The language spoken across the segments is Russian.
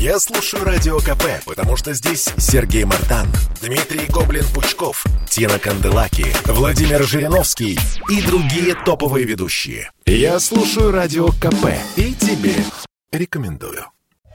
Я слушаю Радио КП, потому что здесь Сергей Мартан, Дмитрий Гоблин-Пучков, Тина Канделаки, Владимир Жириновский и другие топовые ведущие. Я слушаю Радио КП и тебе рекомендую.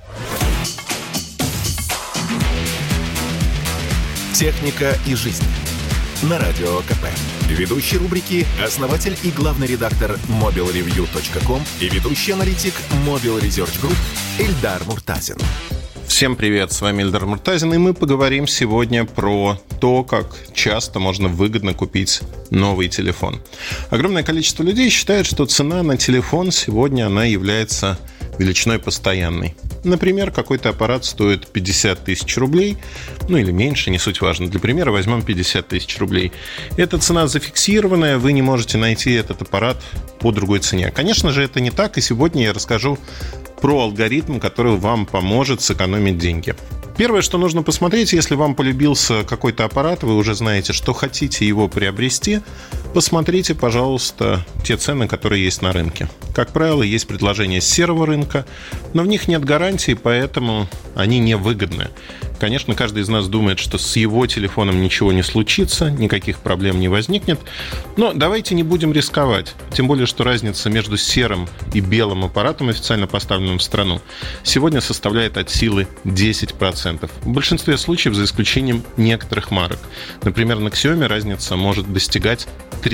Техника и жизнь. На Радио КП. Ведущий рубрики – основатель и главный редактор mobilreview.com и ведущий аналитик Mobile Research Group Эльдар Муртазин. Всем привет, с вами Эльдар Муртазин, и мы поговорим сегодня про то, как часто можно выгодно купить новый телефон. Огромное количество людей считает, что цена на телефон сегодня она является величиной постоянной. Например, какой-то аппарат стоит 50 тысяч рублей, ну или меньше, не суть важно. Для примера возьмем 50 тысяч рублей. Эта цена зафиксированная, вы не можете найти этот аппарат по другой цене. Конечно же, это не так, и сегодня я расскажу про алгоритм, который вам поможет сэкономить деньги. Первое, что нужно посмотреть, если вам полюбился какой-то аппарат, вы уже знаете, что хотите его приобрести, посмотрите, пожалуйста, те цены, которые есть на рынке. Как правило, есть предложения с серого рынка, но в них нет гарантии, поэтому они невыгодны. Конечно, каждый из нас думает, что с его телефоном ничего не случится, никаких проблем не возникнет, но давайте не будем рисковать. Тем более, что разница между серым и белым аппаратом, официально поставленным в страну, сегодня составляет от силы 10%. В большинстве случаев, за исключением некоторых марок. Например, на Xiaomi разница может достигать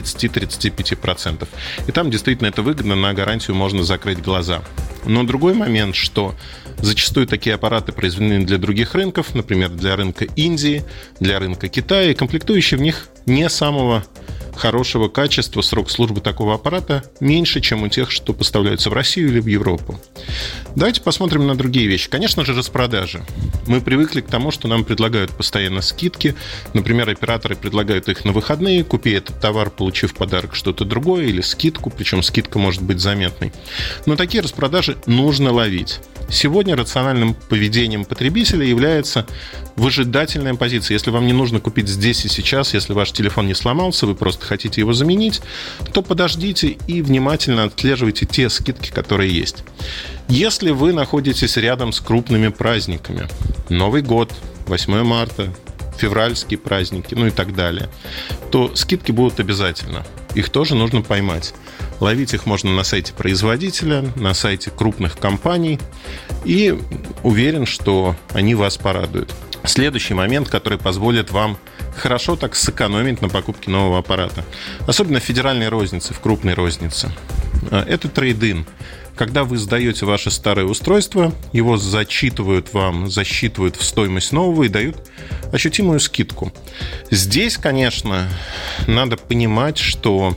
30-35%. И там действительно это выгодно, на гарантию можно закрыть глаза. Но другой момент, что зачастую такие аппараты произведены для других рынков, например, для рынка Индии, для рынка Китая, и комплектующие в них не самого хорошего качества, срок службы такого аппарата меньше, чем у тех, что поставляются в Россию или в Европу. Давайте посмотрим на другие вещи. Конечно же, распродажи. Мы привыкли к тому, что нам предлагают постоянно скидки. Например, операторы предлагают их на выходные. Купи этот товар, получив в подарок что-то другое или скидку, причем скидка может быть заметной. Но такие распродажи нужно ловить. Сегодня рациональным поведением потребителя является выжидательная позиция. Если вам не нужно купить здесь и сейчас, если ваш телефон не сломался, вы просто хотите его заменить, то подождите и внимательно отслеживайте те скидки, которые есть. Если вы находитесь рядом с крупными праздниками, Новый год, 8 марта, февральские праздники, ну и так далее, то скидки будут обязательно. Их тоже нужно поймать. Ловить их можно на сайте производителя, на сайте крупных компаний, и уверен, что они вас порадуют. Следующий момент, который позволит вам хорошо так сэкономить на покупке нового аппарата, особенно в федеральной рознице, в крупной рознице, это трейд-ин. Когда вы сдаете ваше старое устройство, его засчитывают в стоимость нового и дают ощутимую скидку. Здесь, конечно, надо понимать, что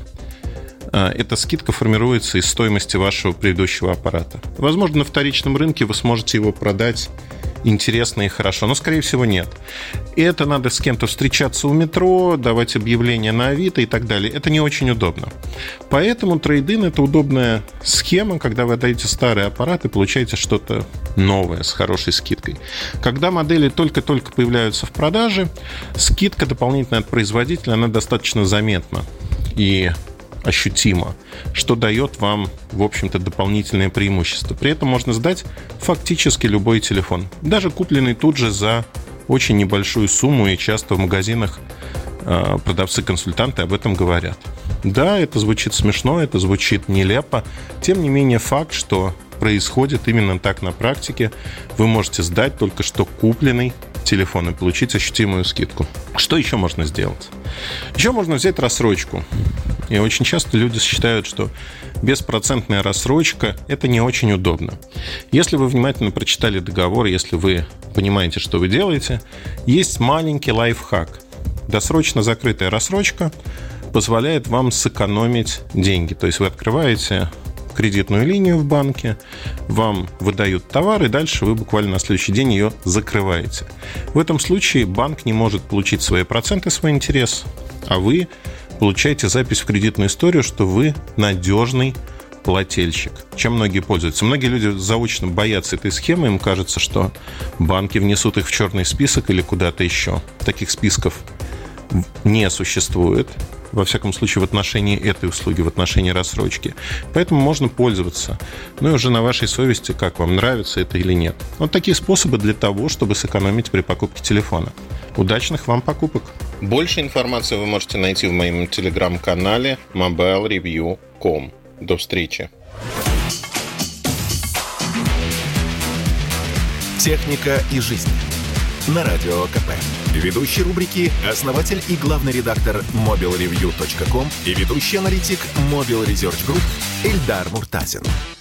эта скидка формируется из стоимости вашего предыдущего аппарата. Возможно, на вторичном рынке вы сможете его продать интересно и хорошо, но, скорее всего, нет. И это надо с кем-то встречаться у метро, давать объявления на Авито и так далее. Это не очень удобно. Поэтому трейд-ин – это удобная схема, когда вы отдаете старый аппарат и получаете что-то новое с хорошей скидкой. Когда модели только-только появляются в продаже, скидка дополнительная от производителя, она достаточно заметна и ощутимо, что дает вам, в общем-то, дополнительное преимущество. При этом можно сдать фактически любой телефон, даже купленный тут же за очень небольшую сумму, и часто в магазинах продавцы-консультанты об этом говорят. Да, это звучит смешно, это звучит нелепо, тем не менее факт, что происходит именно так на практике. Вы можете сдать только что купленный телефон и получить ощутимую скидку. Что еще можно сделать? Еще можно взять рассрочку. И очень часто люди считают, что беспроцентная рассрочка – это не очень удобно. Если вы внимательно прочитали договор, если вы понимаете, что вы делаете, есть маленький лайфхак. Досрочно закрытая рассрочка позволяет вам сэкономить деньги. То есть вы открываете кредитную линию в банке, вам выдают товар, и дальше вы буквально на следующий день ее закрываете. В этом случае банк не может получить свои проценты, свой интерес, а вы получаете запись в кредитную историю, что вы надежный плательщик, чем многие пользуются. Многие люди заочно боятся этой схемы, им кажется, что банки внесут их в черный список или куда-то еще. Таких списков не существует. во всяком случае, в отношении этой услуги, в отношении рассрочки. Поэтому можно пользоваться. Ну и уже на вашей совести, как вам нравится это или нет. Вот такие способы для того, чтобы сэкономить при покупке телефона. Удачных вам покупок! Больше информации вы можете найти в моем телеграм-канале mobilereview.com. До встречи! «Техника и жизнь» на Радио КП. Ведущий рубрики – основатель и главный редактор mobilereview.com и ведущий аналитик Mobile Research Group Эльдар Муртазин.